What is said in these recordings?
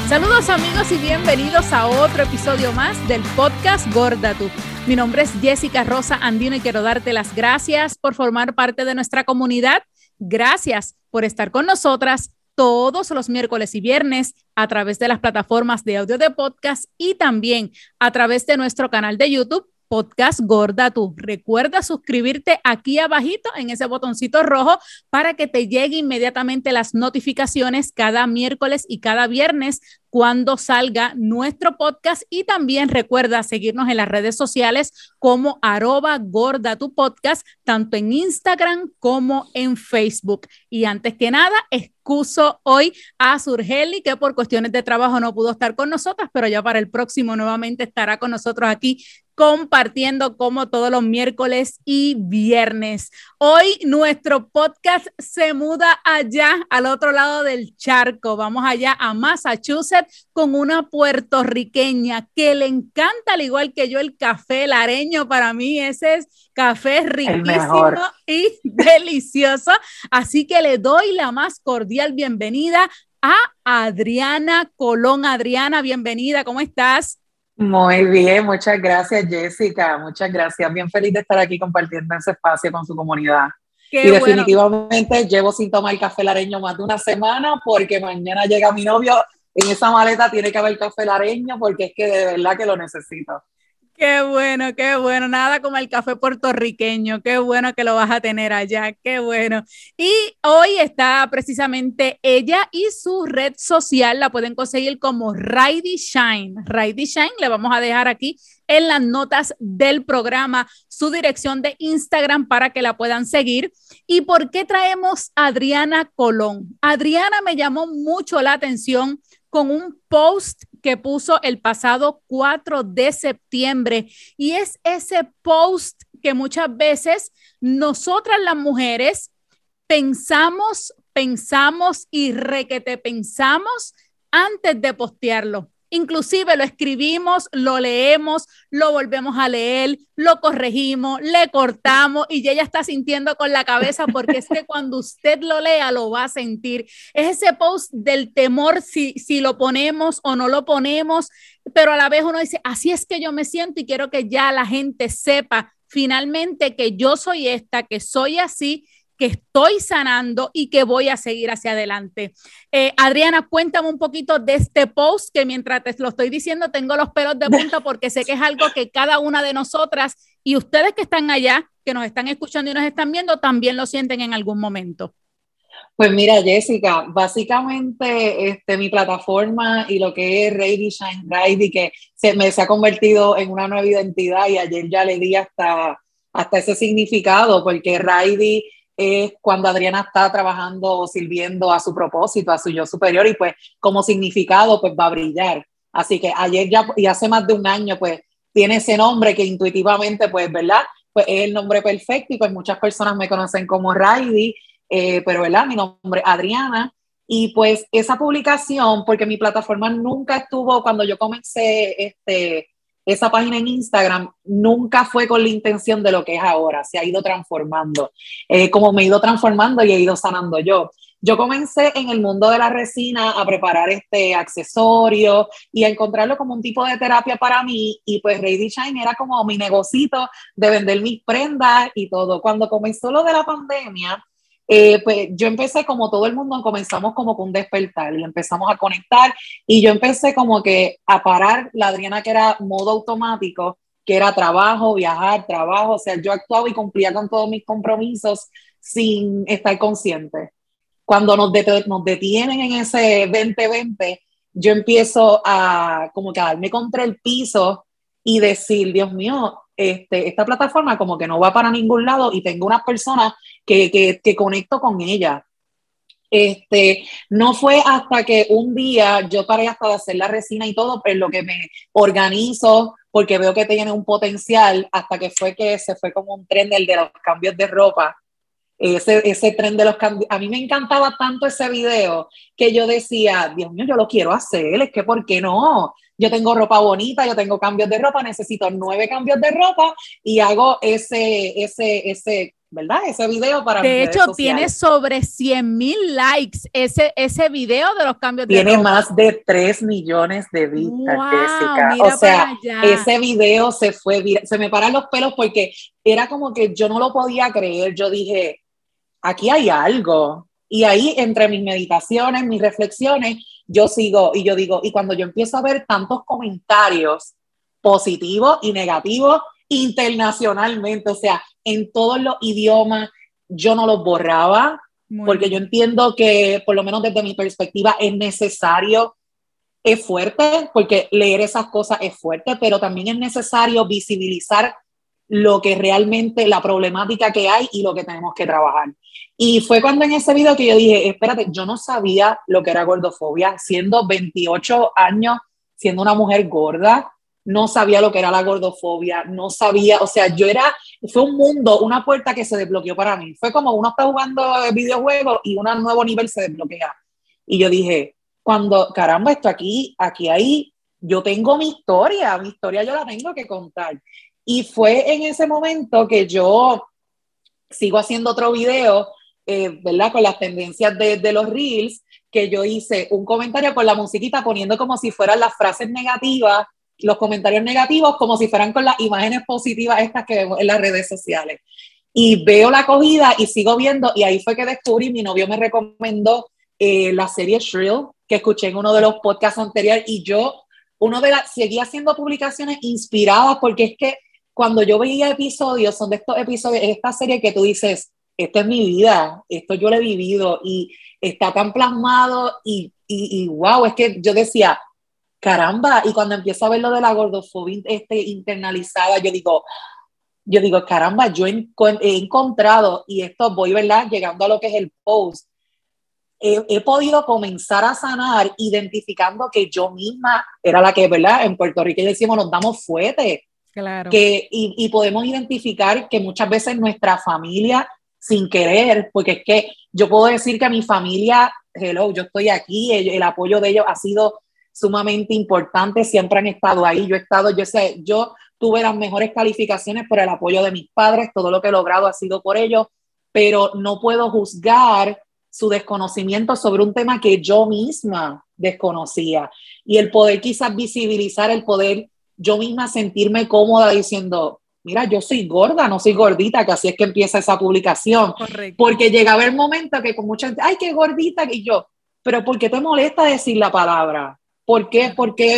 Saludos amigos y bienvenidos a otro episodio más del podcast Gorda Tú. Mi nombre es Jessica Rosa Andino y quiero darte las gracias por formar parte de nuestra comunidad. Gracias por estar con nosotras todos los miércoles y viernes a través de las plataformas de audio de podcast y también a través de nuestro canal de YouTube, Podcast Gorda Tú. Recuerda suscribirte aquí abajito en ese botoncito rojo para que te llegue inmediatamente las notificaciones cada miércoles y cada viernes cuando salga nuestro podcast, y también recuerda seguirnos en las redes sociales como @gordatupodcast, tanto en Instagram como en Facebook. Y antes que nada, excuso hoy a Surgeli, que por cuestiones de trabajo no pudo estar con nosotras, pero ya para el próximo nuevamente estará con nosotros aquí compartiendo como todos los miércoles y viernes. Hoy nuestro podcast se muda allá al otro lado del charco. Vamos allá a Massachusetts con una puertorriqueña que le encanta, al igual que yo, el café lareño. Para mí ese es café riquísimo y delicioso. Así que le doy la más cordial bienvenida a Adriana Colón. Adriana, bienvenida, ¿cómo estás? Muy bien, muchas gracias Jessica, muchas gracias, bien feliz de estar aquí compartiendo ese espacio con su comunidad. Qué y bueno. Definitivamente llevo sin tomar café lareño más de una semana porque mañana llega mi novio, en esa maleta tiene que haber café lareño porque es que de verdad que lo necesito. Qué bueno, nada como el café puertorriqueño, qué bueno que lo vas a tener allá, qué bueno. Y hoy está precisamente ella y su red social, la pueden conseguir como Raidy Shine. Raidy Shine, le vamos a dejar aquí en las notas del programa su dirección de Instagram para que la puedan seguir. ¿Y por qué traemos a Adriana Colón? Adriana me llamó mucho la atención con un post que puso el pasado 4 de septiembre, y es ese post que muchas veces nosotras las mujeres pensamos y requete pensamos antes de postearlo. Inclusive lo escribimos, lo leemos, lo volvemos a leer, lo corregimos, le cortamos y ella está sintiendo con la cabeza, porque es que cuando usted lo lea lo va a sentir. Es ese post del temor si lo ponemos o no lo ponemos, pero a la vez uno dice, así es que yo me siento y quiero que ya la gente sepa finalmente que yo soy esta, que soy así, que estoy sanando y que voy a seguir hacia adelante. Adriana, cuéntame un poquito de este post, que mientras te lo estoy diciendo tengo los pelos de punta porque sé que es algo que cada una de nosotras y ustedes que están allá, que nos están escuchando y nos están viendo, también lo sienten en algún momento. Pues mira, Jessica, básicamente mi plataforma y lo que es Raidy Shine Raidy, que se ha convertido en una nueva identidad, y ayer ya le di hasta ese significado, porque Raidy es cuando Adriana está trabajando o sirviendo a su propósito, a su yo superior, y pues como significado pues va a brillar. Así que ayer ya, y hace más de un año, pues tiene ese nombre que intuitivamente pues, ¿verdad? Pues es el nombre perfecto, y pues muchas personas me conocen como Raidy, pero ¿verdad? Mi nombre es Adriana. Y pues esa publicación, porque mi plataforma nunca estuvo, cuando yo comencé esa página en Instagram, nunca fue con la intención de lo que es ahora, se ha ido transformando, como me he ido transformando y he ido sanando yo. Yo comencé en el mundo de la resina a preparar accesorios y a encontrarlo como un tipo de terapia para mí, y pues Raidy Shine era como mi negocito de vender mis prendas y todo. Cuando comenzó lo de la pandemia, pues yo empecé, como todo el mundo, comenzamos como con un despertar y empezamos a conectar, y yo empecé como que a parar la Adriana que era modo automático, que era trabajo, viajar, trabajo, o sea, yo actuaba y cumplía con todos mis compromisos sin estar consciente. Cuando nos detienen en ese 2020, yo empiezo a como que a darme contra el piso y decir, Dios mío, esta plataforma como que no va para ningún lado, y tengo unas personas que conecto con ella. No fue hasta que un día yo paré hasta de hacer la resina y todo, pero lo que me organizo, porque veo que tiene un potencial, hasta que se fue como un tren de los cambios de ropa. Ese tren de los cambios, a mí me encantaba tanto ese video que yo decía, Dios mío, yo lo quiero hacer, es que ¿por qué no? Yo tengo ropa bonita, yo tengo cambios de ropa, necesito 9 cambios de ropa y hago ese ¿verdad? Ese video para mis De redes hecho, tiene sociales. sobre 100,000 likes ese video de los cambios de Tiene ropa. más de 3 millones de vistas, ¡Wow! Jessica. O Mira para sea, allá. ese video se me paran los pelos porque era como que yo no lo podía creer. Yo dije, aquí hay algo. Y ahí, entre mis meditaciones, mis reflexiones, yo sigo y yo digo, y cuando yo empiezo a ver tantos comentarios positivos y negativos internacionalmente, o sea, en todos los idiomas, yo no los borraba, Muy porque yo bien. entiendo que, por lo menos desde mi perspectiva, es necesario, es fuerte, porque leer esas cosas es fuerte, pero también es necesario visibilizar lo que realmente, la problemática que hay y lo que tenemos que trabajar. Y fue cuando en ese video que yo dije, espérate, yo no sabía lo que era gordofobia, siendo 28 años, siendo una mujer gorda, no sabía lo que era la gordofobia, no sabía, o sea, fue un mundo, una puerta que se desbloqueó para mí. Fue como uno está jugando videojuegos y un nuevo nivel se desbloquea. Y yo dije, caramba, esto ahí, yo tengo mi historia yo la tengo que contar. Y fue en ese momento que yo sigo haciendo otro video, ¿verdad? Con las tendencias de los Reels, que yo hice un comentario con la musiquita poniendo como si fueran las frases negativas, los comentarios negativos, como si fueran con las imágenes positivas estas que vemos en las redes sociales. Y veo la acogida y sigo viendo, y ahí fue que descubrí, mi novio me recomendó la serie Shrill, que escuché en uno de los podcasts anteriores, y yo seguía haciendo publicaciones inspiradas, porque es que cuando yo veía episodios, son de estos episodios, esta serie que tú dices, esta es mi vida, esto yo lo he vivido, y está tan plasmado, y wow, es que yo decía, caramba, y cuando empiezo a ver lo de la gordofobia internalizada, yo digo, caramba, he encontrado, y esto voy, ¿verdad? Llegando a lo que es el post, he podido comenzar a sanar identificando que yo misma era la que, ¿verdad? En Puerto Rico decimos, nos damos fuerte, Claro. y podemos identificar que muchas veces nuestra familia, sin querer, porque es que yo puedo decir que mi familia, hello, yo estoy aquí, el apoyo de ellos ha sido sumamente importante, siempre han estado ahí, yo tuve las mejores calificaciones por el apoyo de mis padres, todo lo que he logrado ha sido por ellos, pero no puedo juzgar su desconocimiento sobre un tema que yo misma desconocía, y el poder quizás visibilizar, el poder yo misma sentirme cómoda diciendo, mira, yo soy gorda, no soy gordita, que así es que empieza esa publicación. Correcto. Porque llegaba el momento que con mucha gente, ay, qué gordita, y yo, pero ¿por qué te molesta decir la palabra? ¿Por qué,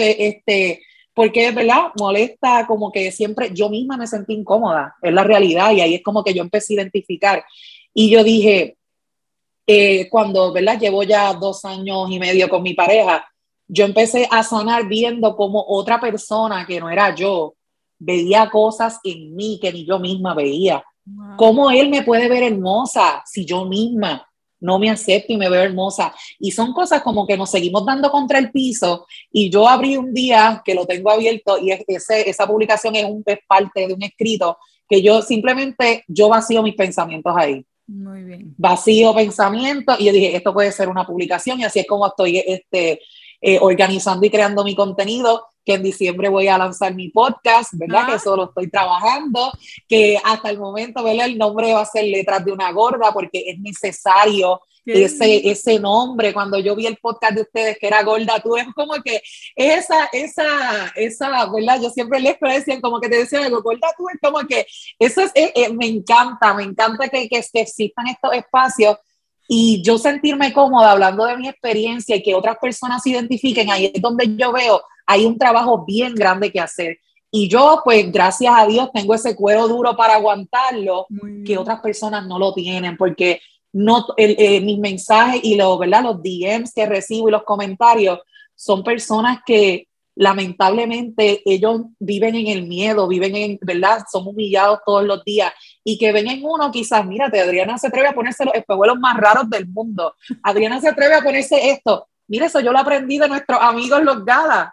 verdad? Molesta, como que siempre yo misma me sentí incómoda, es la realidad, y ahí es como que yo empecé a identificar. Y yo dije, cuando, ¿verdad? Llevo ya 2 años y medio con mi pareja, yo empecé a sanar viendo cómo otra persona que no era yo veía cosas en mí que ni yo misma veía. Wow. ¿Cómo él me puede ver hermosa si yo misma no me acepto y me veo hermosa? Y son cosas como que nos seguimos dando contra el piso, y yo abrí un día que lo tengo abierto, y esa publicación es parte de un escrito que yo vacío mis pensamientos ahí. Muy bien. Vacío pensamiento, y yo dije, esto puede ser una publicación, y así es como estoy organizando y creando mi contenido, que en diciembre voy a lanzar mi podcast, ¿verdad? Que eso lo estoy trabajando, que hasta el momento, ¿verdad? El nombre va a ser Letras de una Gorda, porque es necesario ese nombre. Cuando yo vi el podcast de ustedes, que era Gorda Tú, es como que esa, ¿verdad? Yo siempre les decía, como que te decían algo, Gorda Tú, es como que eso me encanta que existan estos espacios, y yo sentirme cómoda hablando de mi experiencia y que otras personas se identifiquen. Ahí es donde yo veo, hay un trabajo bien grande que hacer. Y yo, pues, gracias a Dios, tengo ese cuero duro para aguantarlo, que otras personas no lo tienen, porque mis mensajes y ¿verdad? Los DMs que recibo y los comentarios son personas que lamentablemente ellos viven en el miedo, ¿verdad? Son humillados todos los días, y que ven en uno quizás, mírate, Adriana se atreve a ponerse los espejuelos más raros del mundo, Adriana se atreve a ponerse esto, mire, eso yo lo aprendí de nuestros amigos los Galas.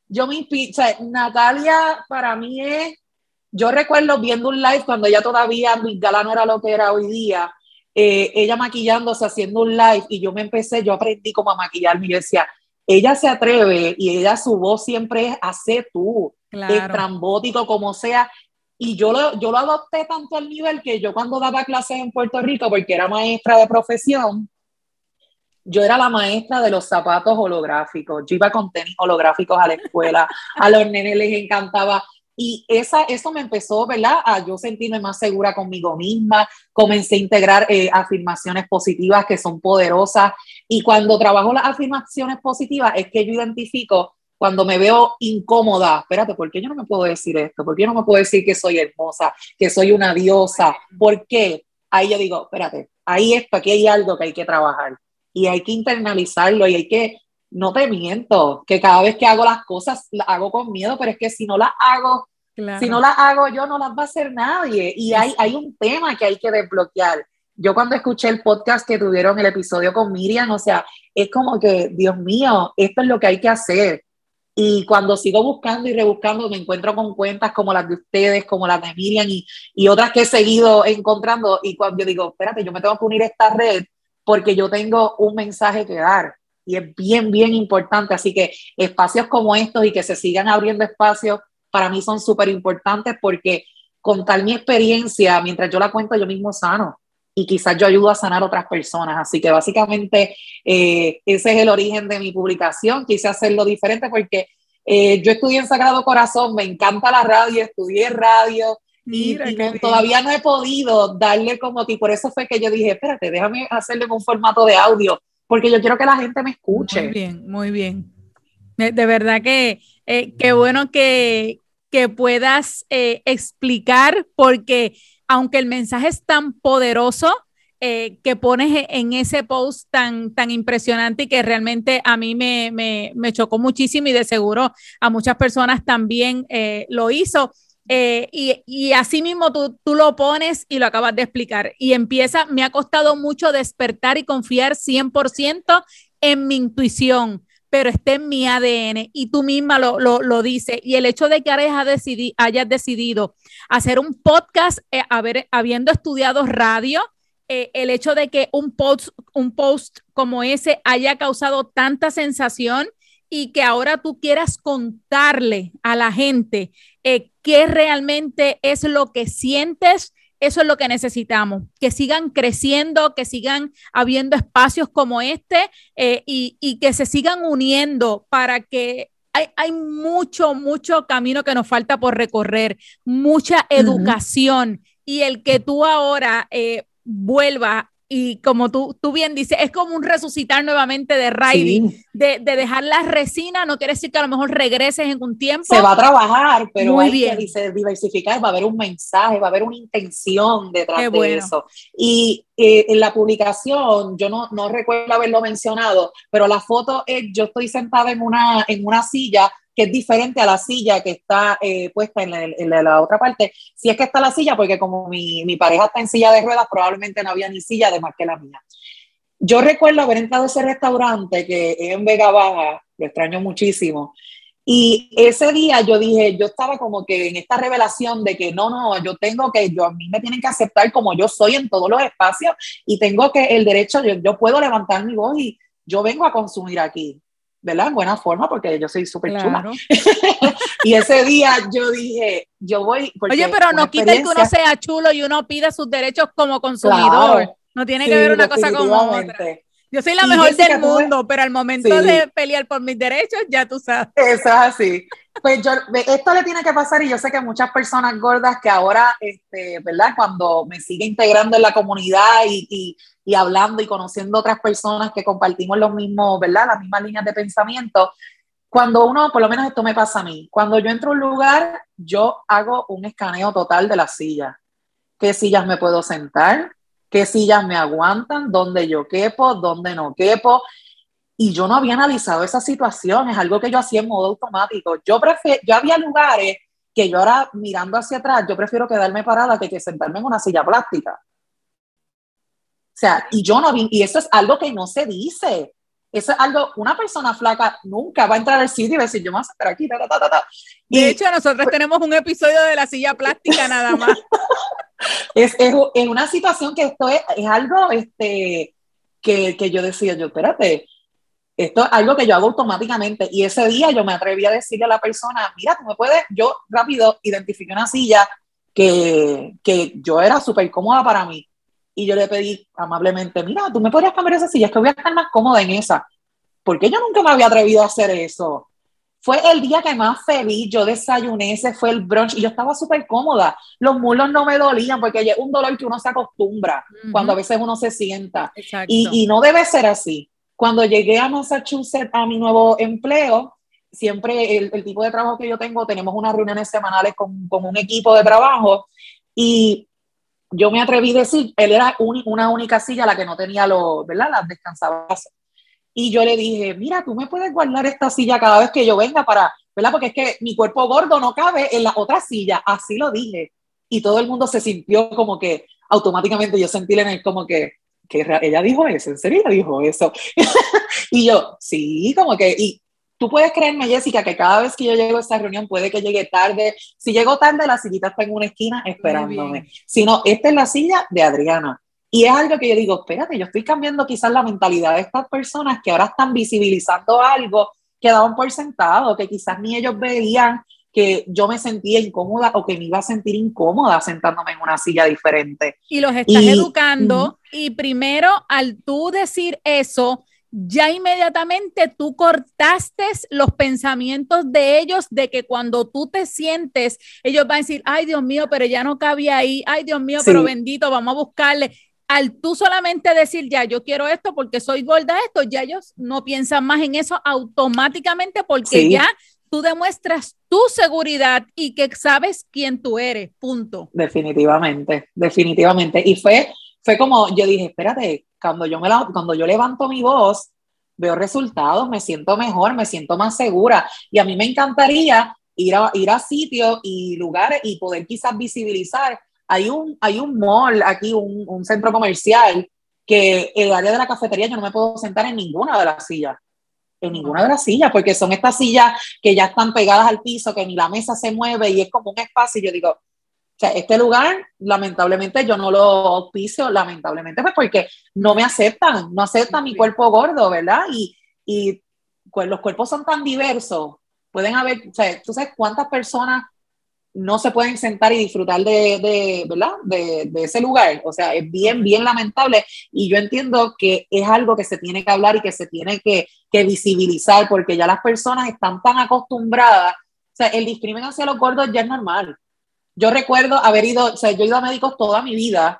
Natalia para mí yo recuerdo viendo un live cuando ella todavía, Luis Gala no era lo que era hoy día, ella maquillándose, haciendo un live, y yo aprendí como a maquillarme, y yo decía, ella se atreve, y ella, su voz siempre es, hace tú, claro, estrambótico como sea, Y yo lo adopté tanto al nivel que yo cuando daba clases en Puerto Rico, porque era maestra de profesión, yo era la maestra de los zapatos holográficos. Yo iba con tenis holográficos a la escuela, a los nenes les encantaba. Y eso me empezó, ¿verdad? A yo sentirme más segura conmigo misma. Comencé a integrar afirmaciones positivas que son poderosas. Y cuando trabajo las afirmaciones positivas es que yo identifico cuando me veo incómoda. Espérate, ¿por qué yo no me puedo decir esto? ¿Por qué yo no me puedo decir que soy hermosa, que soy una diosa? ¿Por qué? Ahí yo digo, espérate, aquí hay algo que hay que trabajar y hay que internalizarlo y hay que, no te miento, que cada vez que hago las cosas las hago con miedo, pero es que si no las hago, Claro. si no las hago yo, no las va a hacer nadie. Y hay un tema que hay que desbloquear. Yo cuando escuché el podcast que tuvieron, el episodio con Miriam, o sea, es como que, Dios mío, esto es lo que hay que hacer. Y cuando sigo buscando y rebuscando, me encuentro con cuentas como las de ustedes, como las de Miriam y otras que he seguido encontrando. Y cuando yo digo, espérate, yo me tengo que unir a esta red porque yo tengo un mensaje que dar. Y es bien, bien importante. Así que espacios como estos y que se sigan abriendo espacios, para mí son súper importantes porque contar mi experiencia, mientras yo la cuento, yo mismo sano. Y quizás yo ayudo a sanar a otras personas. Así que básicamente ese es el origen de mi publicación. Quise hacerlo diferente porque yo estudié en Sagrado Corazón, me encanta la radio, estudié radio. Mira, y todavía no he podido darle como ti. Por eso fue que yo dije, espérate, déjame hacerle un formato de audio, porque yo quiero que la gente me escuche. Muy bien, muy bien. De verdad que qué bueno que puedas explicar, porque aunque el mensaje es tan poderoso que pones en ese post tan impresionante y que realmente a mí me chocó muchísimo y de seguro a muchas personas también lo hizo. Y así mismo tú lo pones y lo acabas de explicar. Y me ha costado mucho despertar y confiar 100% en mi intuición, pero está en mi ADN y tú misma lo dices. Y el hecho de que hayas decidido hacer un podcast, habiendo estudiado radio, el hecho de que un post como ese haya causado tanta sensación y que ahora tú quieras contarle a la gente qué realmente es lo que sientes. Eso es lo que necesitamos, que sigan creciendo, que sigan habiendo espacios como este y que se sigan uniendo para que hay mucho, mucho camino que nos falta por recorrer, mucha educación y el que tú ahora vuelvas y como tú bien dices, es como un resucitar nuevamente de Ridey, sí. de dejar la resina, no quiere decir que a lo mejor regreses en un tiempo. Se va a trabajar, pero muy hay bien. Que diversificar, va a haber un mensaje, va a haber una intención detrás de eso. Y en la publicación, yo no recuerdo haberlo mencionado, pero la foto es, yo estoy sentada en una silla que es diferente a la silla que está puesta en la otra parte. Si es que está la silla, porque como mi pareja está en silla de ruedas, probablemente no había ni silla, además que la mía. Yo recuerdo haber entrado a ese restaurante que es en Vega Baja, lo extraño muchísimo, y ese día yo dije, yo estaba como que en esta revelación de que no, a mí me tienen que aceptar como yo soy en todos los espacios y tengo que el derecho, yo puedo levantar mi voz y yo vengo a consumir aquí, ¿verdad? En buena forma, porque yo soy súper chula. Y ese día yo dije, yo voy... Oye, pero no quita el que uno sea chulo y uno pida sus derechos como consumidor. Claro, no tiene que ver una cosa con otra. Yo soy la mejor del mundo, pero al momento de pelear por mis derechos, ya tú sabes. Eso es así. Pues esto le tiene que pasar y yo sé que muchas personas gordas que ahora, ¿verdad? Cuando me sigue integrando en la comunidad y hablando y conociendo otras personas que compartimos los mismos, ¿verdad? Las mismas líneas de pensamiento. Cuando uno, por lo menos esto me pasa a mí, cuando yo entro a un lugar, yo hago un escaneo total de las sillas. ¿Qué sillas me puedo sentar? ¿Qué sillas me aguantan? ¿Dónde yo quepo? ¿Dónde no quepo? Y yo no había analizado esa situación, es algo que yo hacía en modo automático. Yo había lugares que yo ahora mirando hacia atrás, yo prefiero quedarme parada que sentarme en una silla plástica. O sea, y eso es algo que no se dice. Eso es algo, una persona flaca nunca va a entrar al sitio y decir, yo me voy a sentar aquí, De hecho, nosotros tenemos un episodio de la silla plástica nada más. Es una situación que esto es algo que yo decía, espérate, esto es algo que yo hago automáticamente. Y ese día yo me atreví a decirle a la persona, mira, tú me puedes, yo rápido identifiqué una silla que yo era súper cómoda para mí. Y yo le pedí amablemente, mira, tú me podrías cambiar esa silla, es que voy a estar más cómoda en esa. Porque yo nunca me había atrevido a hacer eso. Fue el día que más feliz yo desayuné, ese fue el brunch y yo estaba súper cómoda. Los muslos no me dolían porque es un dolor que uno se acostumbra cuando a veces uno se sienta. Y no debe ser así. Cuando llegué a Massachusetts a mi nuevo empleo, siempre el tipo de trabajo que yo tengo, tenemos unas reuniones semanales con un equipo de trabajo y yo me atreví a decir, él era una única silla la que no tenía ¿verdad? Las descansadas. Y yo le dije, mira, tú me puedes guardar esta silla cada vez que yo venga ¿verdad? Porque es que mi cuerpo gordo no cabe en la otra silla. Así lo dije. Y todo el mundo se sintió como que automáticamente yo sentí en él como que ella dijo eso, ¿en serio ella dijo eso? Y yo, sí, como que, y tú puedes creerme, Jessica, que cada vez que yo llego a esta reunión puede que llegue tarde. Si llego tarde, la sillita está en una esquina esperándome. Si no, esta es la silla de Adriana. Y es algo que yo digo, espérate, yo estoy cambiando quizás la mentalidad de estas personas que ahora están visibilizando algo que daban por sentado, que quizás ni ellos veían que yo me sentía incómoda o que me iba a sentir incómoda sentándome en una silla diferente. Y los estás educando y primero al tú decir eso, ya inmediatamente tú cortaste los pensamientos de ellos de que cuando tú te sientes, ellos van a decir, ay Dios mío, pero ya no cabía ahí, ay Dios mío, pero bendito, vamos a buscarle. Al tú solamente decir, ya, yo quiero esto porque soy gorda esto, ya ellos no piensan más en eso automáticamente porque ya tú demuestras tu seguridad y que sabes quién tú eres, punto. Definitivamente, definitivamente. Y fue como, yo dije, espérate, cuando yo levanto mi voz, veo resultados, me siento mejor, me siento más segura. Y a mí me encantaría ir a sitios y lugares y poder quizás visibilizar. Hay un mall aquí, un centro comercial, que el área de la cafetería yo no me puedo sentar en ninguna de las sillas. En ninguna de las sillas, porque son estas sillas que ya están pegadas al piso, que ni la mesa se mueve y es como un espacio. Y yo digo, o sea, este lugar, lamentablemente yo no lo auspicio, lamentablemente, pues porque no aceptan mi cuerpo gordo, ¿verdad? Y pues los cuerpos son tan diversos, pueden haber, o sea, tú sabes cuántas personas no se pueden sentar y disfrutar ¿verdad? De ese lugar. O sea, es bien, bien lamentable y yo entiendo que es algo que se tiene que hablar y que se tiene que visibilizar porque ya las personas están tan acostumbradas. O sea, el discrimen hacia los gordos ya es normal. Yo recuerdo haber ido, o sea, yo he ido a médicos toda mi vida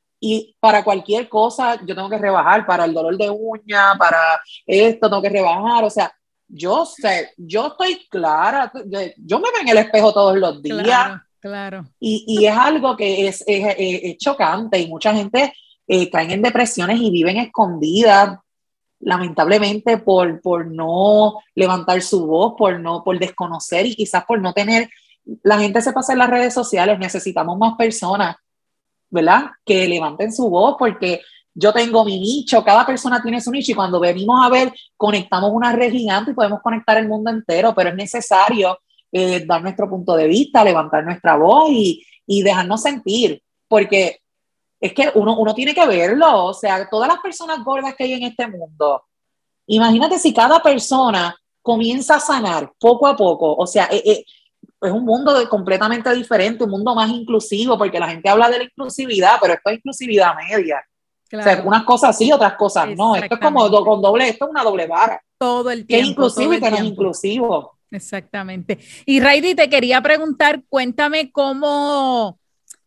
y para cualquier cosa yo tengo que rebajar, para el dolor de uña, para esto tengo que rebajar, o sea, yo sé, yo estoy clara, yo me veo en el espejo todos los días. Claro. Y es algo que es chocante y mucha gente caen en depresiones y viven escondidas, lamentablemente por no levantar su voz, por desconocer y quizás por no tener, la gente se pasa en las redes sociales, necesitamos más personas, ¿verdad? Que levanten su voz porque yo tengo mi nicho, cada persona tiene su nicho y cuando venimos a ver, conectamos una red gigante y podemos conectar el mundo entero, pero es necesario dar nuestro punto de vista, levantar nuestra voz y dejarnos sentir, porque es que uno tiene que verlo, o sea, todas las personas gordas que hay en este mundo, imagínate si cada persona comienza a sanar poco a poco, o sea, es un mundo completamente diferente, un mundo más inclusivo, porque la gente habla de la inclusividad, pero esto es inclusividad media. Claro. O sea, unas cosas sí, otras cosas no. Esto es como esto es una doble vara. Todo el tiempo. Que es inclusivo y que no es inclusivo. Exactamente. Y Raidy, te quería preguntar, cuéntame cómo,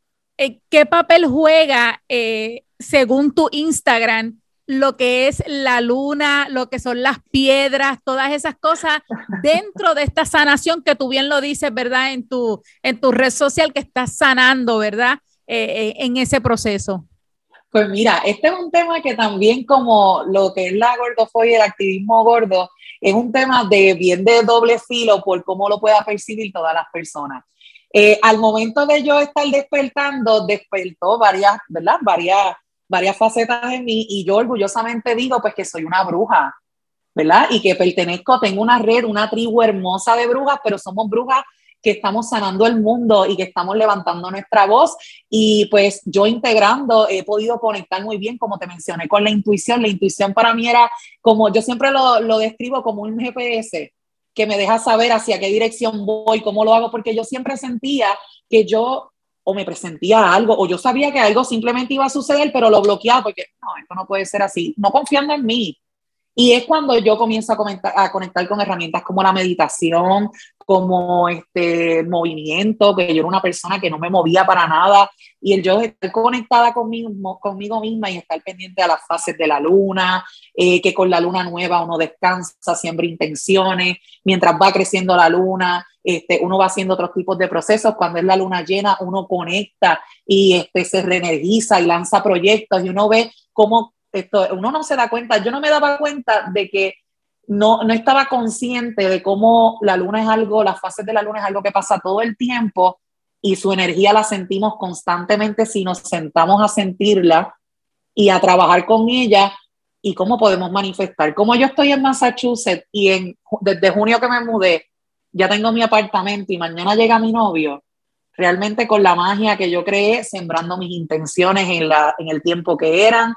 qué papel juega, según tu Instagram, lo que es la luna, lo que son las piedras, todas esas cosas dentro de esta sanación que tú bien lo dices, ¿verdad? En tu red social que estás sanando, ¿verdad? En ese proceso. Pues mira, este es un tema que también como lo que es la gordofobia y el activismo gordo, es un tema bien de doble filo por cómo lo pueda percibir todas las personas. Al momento de yo estar despertó varias, ¿verdad? Varias facetas en mí y yo orgullosamente digo pues que soy una bruja, ¿verdad? Y que tengo una red, una tribu hermosa de brujas, pero somos brujas que estamos sanando el mundo y que estamos levantando nuestra voz y pues yo integrando he podido conectar muy bien, como te mencioné, con la intuición. La intuición para mí era como, yo siempre lo describo como un GPS que me deja saber hacia qué dirección voy, cómo lo hago, porque yo siempre sentía que yo o me presentía algo, o yo sabía que algo simplemente iba a suceder, pero lo bloqueaba porque no, esto no puede ser así, no confiando en mí. Y es cuando yo comienzo a conectar con herramientas como la meditación, como movimiento, que yo era una persona que no me movía para nada, y el yo estar conectada conmigo misma y estar pendiente a las fases de la luna, que con la luna nueva uno descansa, siembra intenciones, mientras va creciendo la luna, uno va haciendo otros tipos de procesos. Cuando es la luna llena, uno conecta y se reenergiza y lanza proyectos, y uno ve cómo uno no se da cuenta. Yo no me daba cuenta de que no estaba consciente de cómo la luna es algo, las fases de la luna es algo que pasa todo el tiempo, y su energía la sentimos constantemente si nos sentamos a sentirla y a trabajar con ella. Y cómo podemos manifestar. Como yo estoy en Massachusetts y desde junio que me mudé, ya tengo mi apartamento y mañana llega mi novio, realmente con la magia que yo creé, sembrando mis intenciones en el tiempo que eran.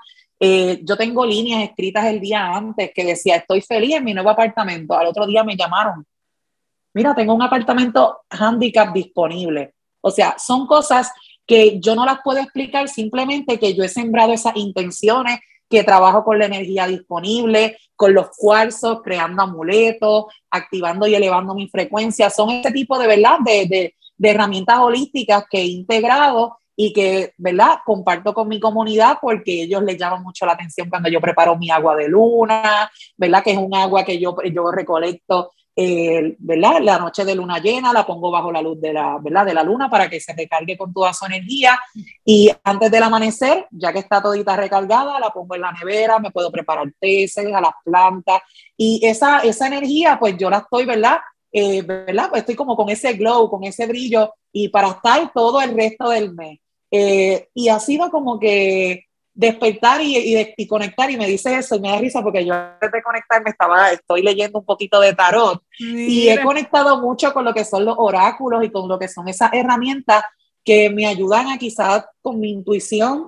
Yo tengo líneas escritas el día antes que decía, estoy feliz en mi nuevo apartamento. Al otro día me llamaron, mira, tengo un apartamento handicap disponible. O sea, son cosas que yo no las puedo explicar, simplemente que yo he sembrado esas intenciones, que trabajo con la energía disponible, con los cuarzos, creando amuletos, activando y elevando mi frecuencia. Son este tipo de, ¿verdad?, de herramientas holísticas que he integrado y que, ¿verdad?, comparto con mi comunidad, porque ellos les llaman mucho la atención cuando yo preparo mi agua de luna, ¿verdad?, que es un agua que yo recolecto, ¿verdad?, la noche de luna llena, la pongo bajo la luz ¿verdad?, de la luna, para que se recargue con toda su energía, y antes del amanecer, ya que está todita recargada, la pongo en la nevera, me puedo preparar teces a las plantas, y esa energía pues yo la estoy, ¿verdad?, ¿verdad?, pues estoy como con ese glow, con ese brillo, y para estar todo el resto del mes. Y ha sido como que despertar y conectar, y me dice eso y me da risa porque yo antes de conectarme estoy leyendo un poquito de tarot. Mira. Y he conectado mucho con lo que son los oráculos y con lo que son esas herramientas que me ayudan a, quizás con mi intuición,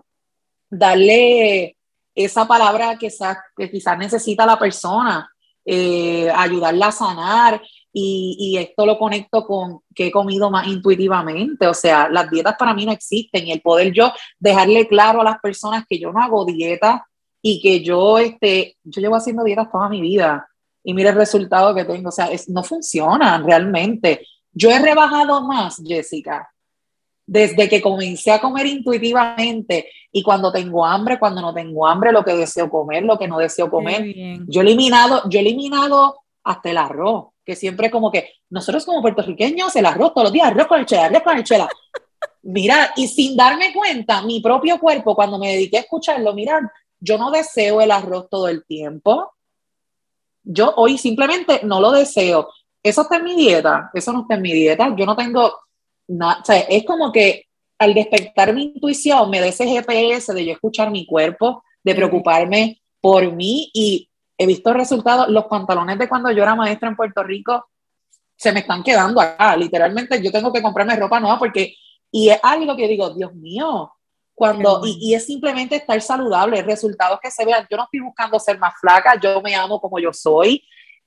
darle esa palabra que quizás necesita la persona, ayudarla a sanar. Y esto lo conecto con que he comido más intuitivamente. O sea, las dietas para mí no existen, y el poder yo dejarle claro a las personas que yo no hago dieta, y que yo llevo haciendo dietas toda mi vida y mira el resultado que tengo. O sea, no funcionan realmente. Yo he rebajado más, Jessica, desde que comencé a comer intuitivamente, y cuando tengo hambre, cuando no tengo hambre, lo que deseo comer, lo que no deseo comer. Yo he eliminado hasta el arroz, que siempre como que nosotros como puertorriqueños, el arroz todos los días, arroz con habichuela, arroz con habichuela. Mira, y sin darme cuenta, mi propio cuerpo, cuando me dediqué a escucharlo, mira, yo no deseo el arroz todo el tiempo. Yo hoy simplemente no lo deseo. Eso está en mi dieta, eso no está en mi dieta. Yo no tengo nada, o sea, es como que al despertar mi intuición me da ese GPS de yo escuchar mi cuerpo, de preocuparme por mí, y he visto resultados. Los pantalones de cuando yo era maestra en Puerto Rico se me están quedando acá. Literalmente yo tengo que comprarme ropa nueva y es algo que digo, Dios mío, y es simplemente estar saludable, resultados que se vean. Yo no estoy buscando ser más flaca, yo me amo como yo soy,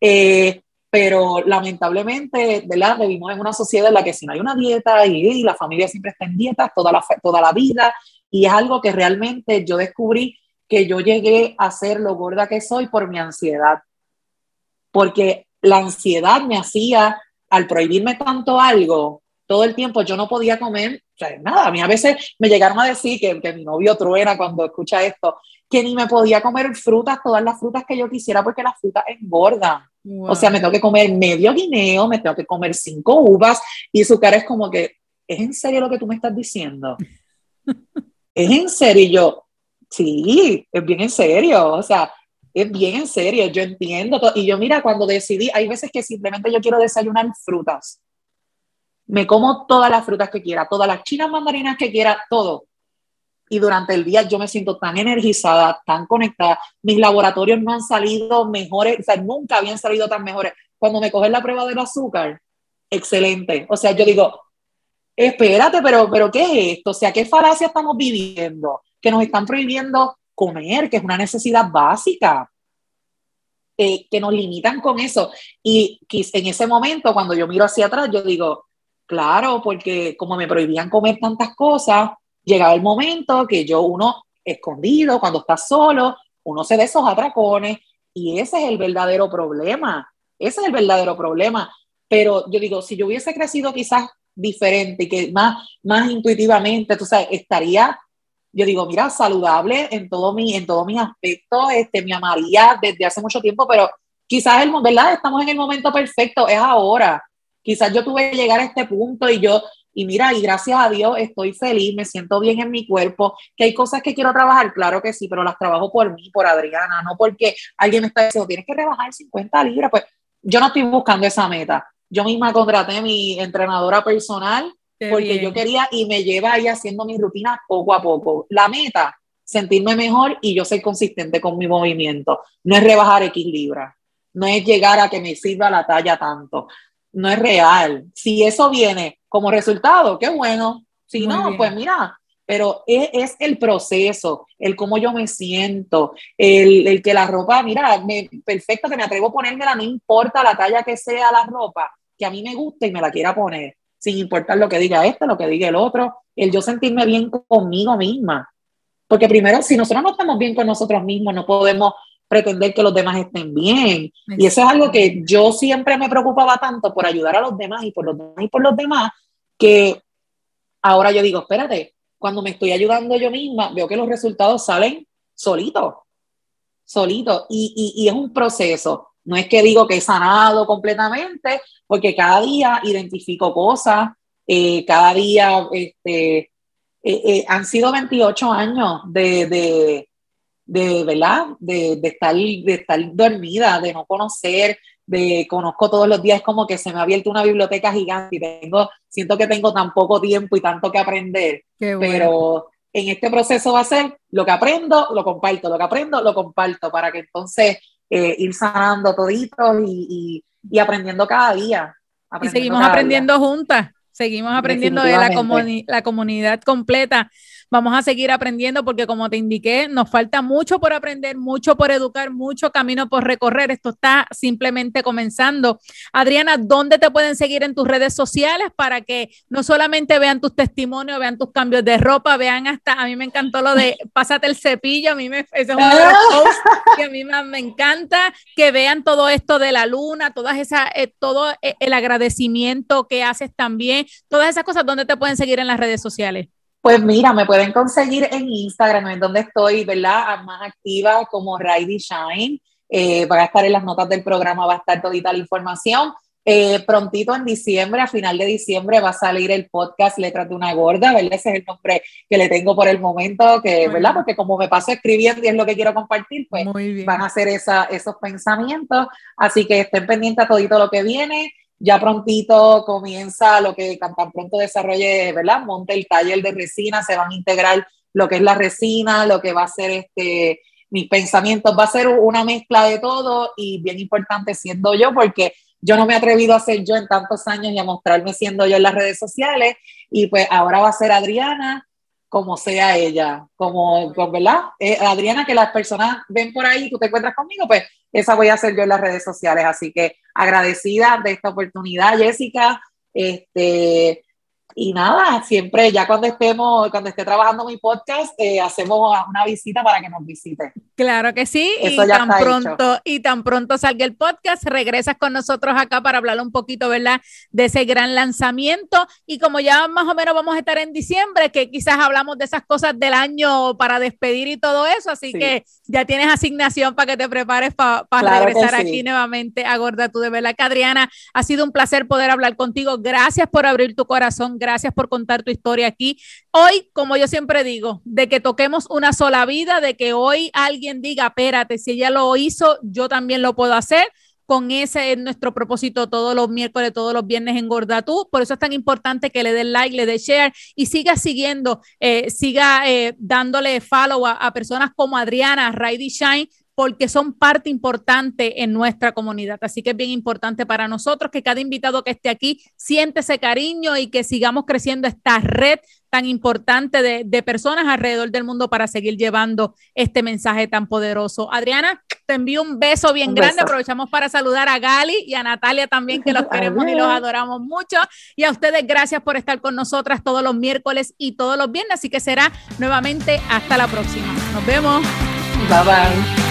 pero lamentablemente, ¿verdad?, vivimos en una sociedad en la que si no hay una dieta, y la familia siempre está en dieta toda la vida, y es algo que realmente yo descubrí que yo llegué a ser lo gorda que soy por mi ansiedad, porque la ansiedad me hacía, al prohibirme tanto algo, todo el tiempo yo no podía comer, o sea, nada. A mí a veces me llegaron a decir que mi novio truena cuando escucha esto, que ni me podía comer frutas, todas las frutas que yo quisiera, porque las frutas engordan. Wow. O sea, me tengo que comer medio guineo, me tengo que comer 5 uvas, y su cara es como que, ¿es en serio lo que tú me estás diciendo? ¿Es en serio? Y yo, sí, es bien en serio. O sea, es bien en serio, yo entiendo todo. Y yo, mira, cuando decidí, hay veces que simplemente yo quiero desayunar frutas. Me como todas las frutas que quiera, todas las chinas mandarinas que quiera, todo. Y durante el día yo me siento tan energizada, tan conectada. Mis laboratorios no han salido mejores, o sea, nunca habían salido tan mejores. Cuando me cogen la prueba del azúcar, excelente. O sea, yo digo, espérate, pero ¿qué es esto? O sea, ¿qué falacia estamos viviendo? Que nos están prohibiendo comer, que es una necesidad básica. Que nos limitan con eso. Y en ese momento, cuando yo miro hacia atrás, yo digo, Claro, porque como me prohibían comer tantas cosas, llegaba el momento que uno escondido, cuando está solo, uno se da esos atracones y ese es el verdadero problema. Ese es el verdadero problema. Pero yo digo, si yo hubiese crecido quizás diferente y que más intuitivamente, tú sabes, estaría, yo digo, mira, saludable en todo mis aspectos, me amaría desde hace mucho tiempo, pero quizás, ¿verdad? Estamos en el momento perfecto, es ahora. Quizás yo tuve que llegar a este punto y mira, y gracias a Dios estoy feliz, me siento bien en mi cuerpo, que hay cosas que quiero trabajar, claro que sí, pero las trabajo por mí, por Adriana, no porque alguien me está diciendo, tienes que rebajar 50 libras, pues yo no estoy buscando esa meta. Yo misma contraté a mi entrenadora personal porque yo quería y me lleva ahí haciendo mi rutina poco a poco. La meta, sentirme mejor y yo ser consistente con mi movimiento. No es rebajar X libras, no es llegar a que me sirva la talla tanto. No es real. Si eso viene como resultado, qué bueno. Si Muy no, bien. pues mira, pero es el proceso, el cómo yo me siento, el que la ropa, mira, perfecto que me atrevo a ponérmela, no importa la talla que sea la ropa, que a mí me gusta y me la quiera poner, sin importar lo que diga este, lo que diga el otro, el yo sentirme bien conmigo misma. Porque primero, si nosotros no estamos bien con nosotros mismos, no podemos pretender que los demás estén bien. Y eso es algo que yo siempre me preocupaba tanto por ayudar a los demás y por los demás y por los demás, que ahora yo digo, espérate, cuando me estoy ayudando yo misma, veo que los resultados salen solitos, solitos. Y es un proceso. No es que digo que he sanado completamente, porque cada día identifico cosas, cada día han sido 28 años ¿verdad? De estar dormida, de no conocer, conozco todos los días, como que se me ha abierto una biblioteca gigante y siento que tengo tan poco tiempo y tanto que aprender. Bueno. Pero en este proceso va a ser lo que aprendo, lo comparto, lo que aprendo, lo comparto, para que entonces ir sanando todito y aprendiendo cada día. Y seguimos aprendiendo juntas. Seguimos aprendiendo de la comunidad completa. Vamos a seguir aprendiendo porque, como te indiqué, nos falta mucho por aprender, mucho por educar, mucho camino por recorrer. Esto está simplemente comenzando. Adriana, ¿dónde te pueden seguir en tus redes sociales para que no solamente vean tus testimonios, vean tus cambios de ropa, vean hasta, a mí me encantó lo de pásate el cepillo, ese es uno de los posts que a mí más me encanta, que vean todo esto de la luna, todo el agradecimiento que haces también, todas esas cosas, ¿dónde te pueden seguir en las redes sociales? Pues mira, me pueden conseguir en Instagram, en donde estoy, ¿verdad? Más activa como Raidy Shine. Va a estar en las notas del programa, va a estar todita la información. Prontito en diciembre, a final de diciembre, va a salir el podcast Letras de una Gorda, ¿verdad? Ese es el nombre que le tengo por el momento, ¿verdad? Porque como me paso escribiendo y es lo que quiero compartir, pues van a ser esos pensamientos. Así que estén pendientes a todito lo que viene. Ya prontito comienza lo que tan pronto desarrolle, ¿verdad? Monte el taller de resina, se van a integrar lo que es la resina, lo que va a ser mis pensamientos, va a ser una mezcla de todo y bien importante siendo yo, porque yo no me he atrevido a ser yo en tantos años y a mostrarme siendo yo en las redes sociales, y pues ahora va a ser Adriana como sea ella, ¿verdad? Adriana, que las personas ven por ahí, tú te encuentras conmigo, pues esa voy a hacer yo en las redes sociales, así que agradecida de esta oportunidad, Jessica, y nada, siempre ya cuando esté trabajando mi podcast, hacemos una visita para que nos visite. Claro que sí, eso y tan pronto salga el podcast, regresas con nosotros acá para hablar un poquito, ¿verdad? De ese gran lanzamiento, y como ya más o menos vamos a estar en diciembre, que quizás hablamos de esas cosas del año para despedir y todo eso, así que ya tienes asignación para que te prepares para regresar aquí nuevamente a Gorda Tú. De verdad que, Adriana, ha sido un placer poder hablar contigo. Gracias por abrir tu corazón, gracias por contar tu historia aquí. Hoy, como yo siempre digo, de que toquemos una sola vida, de que hoy alguien diga, espérate, si ella lo hizo, yo también lo puedo hacer. Con ese es nuestro propósito todos los miércoles, todos los viernes en Gorda Tú. Por eso es tan importante que le dé like, le dé share y siga siguiendo, siga dándole follow a personas como Adriana, Raidy Shine, porque son parte importante en nuestra comunidad. Así que es bien importante para nosotros que cada invitado que esté aquí siente ese cariño y que sigamos creciendo esta red tan importante de personas alrededor del mundo para seguir llevando este mensaje tan poderoso. Adriana, Te envío un beso bien grande. Aprovechamos para saludar a Gali y a Natalia también, que los queremos y los adoramos mucho. Y a ustedes, gracias por estar con nosotras todos los miércoles y todos los viernes. Así que será nuevamente hasta la próxima. Nos vemos. Bye bye.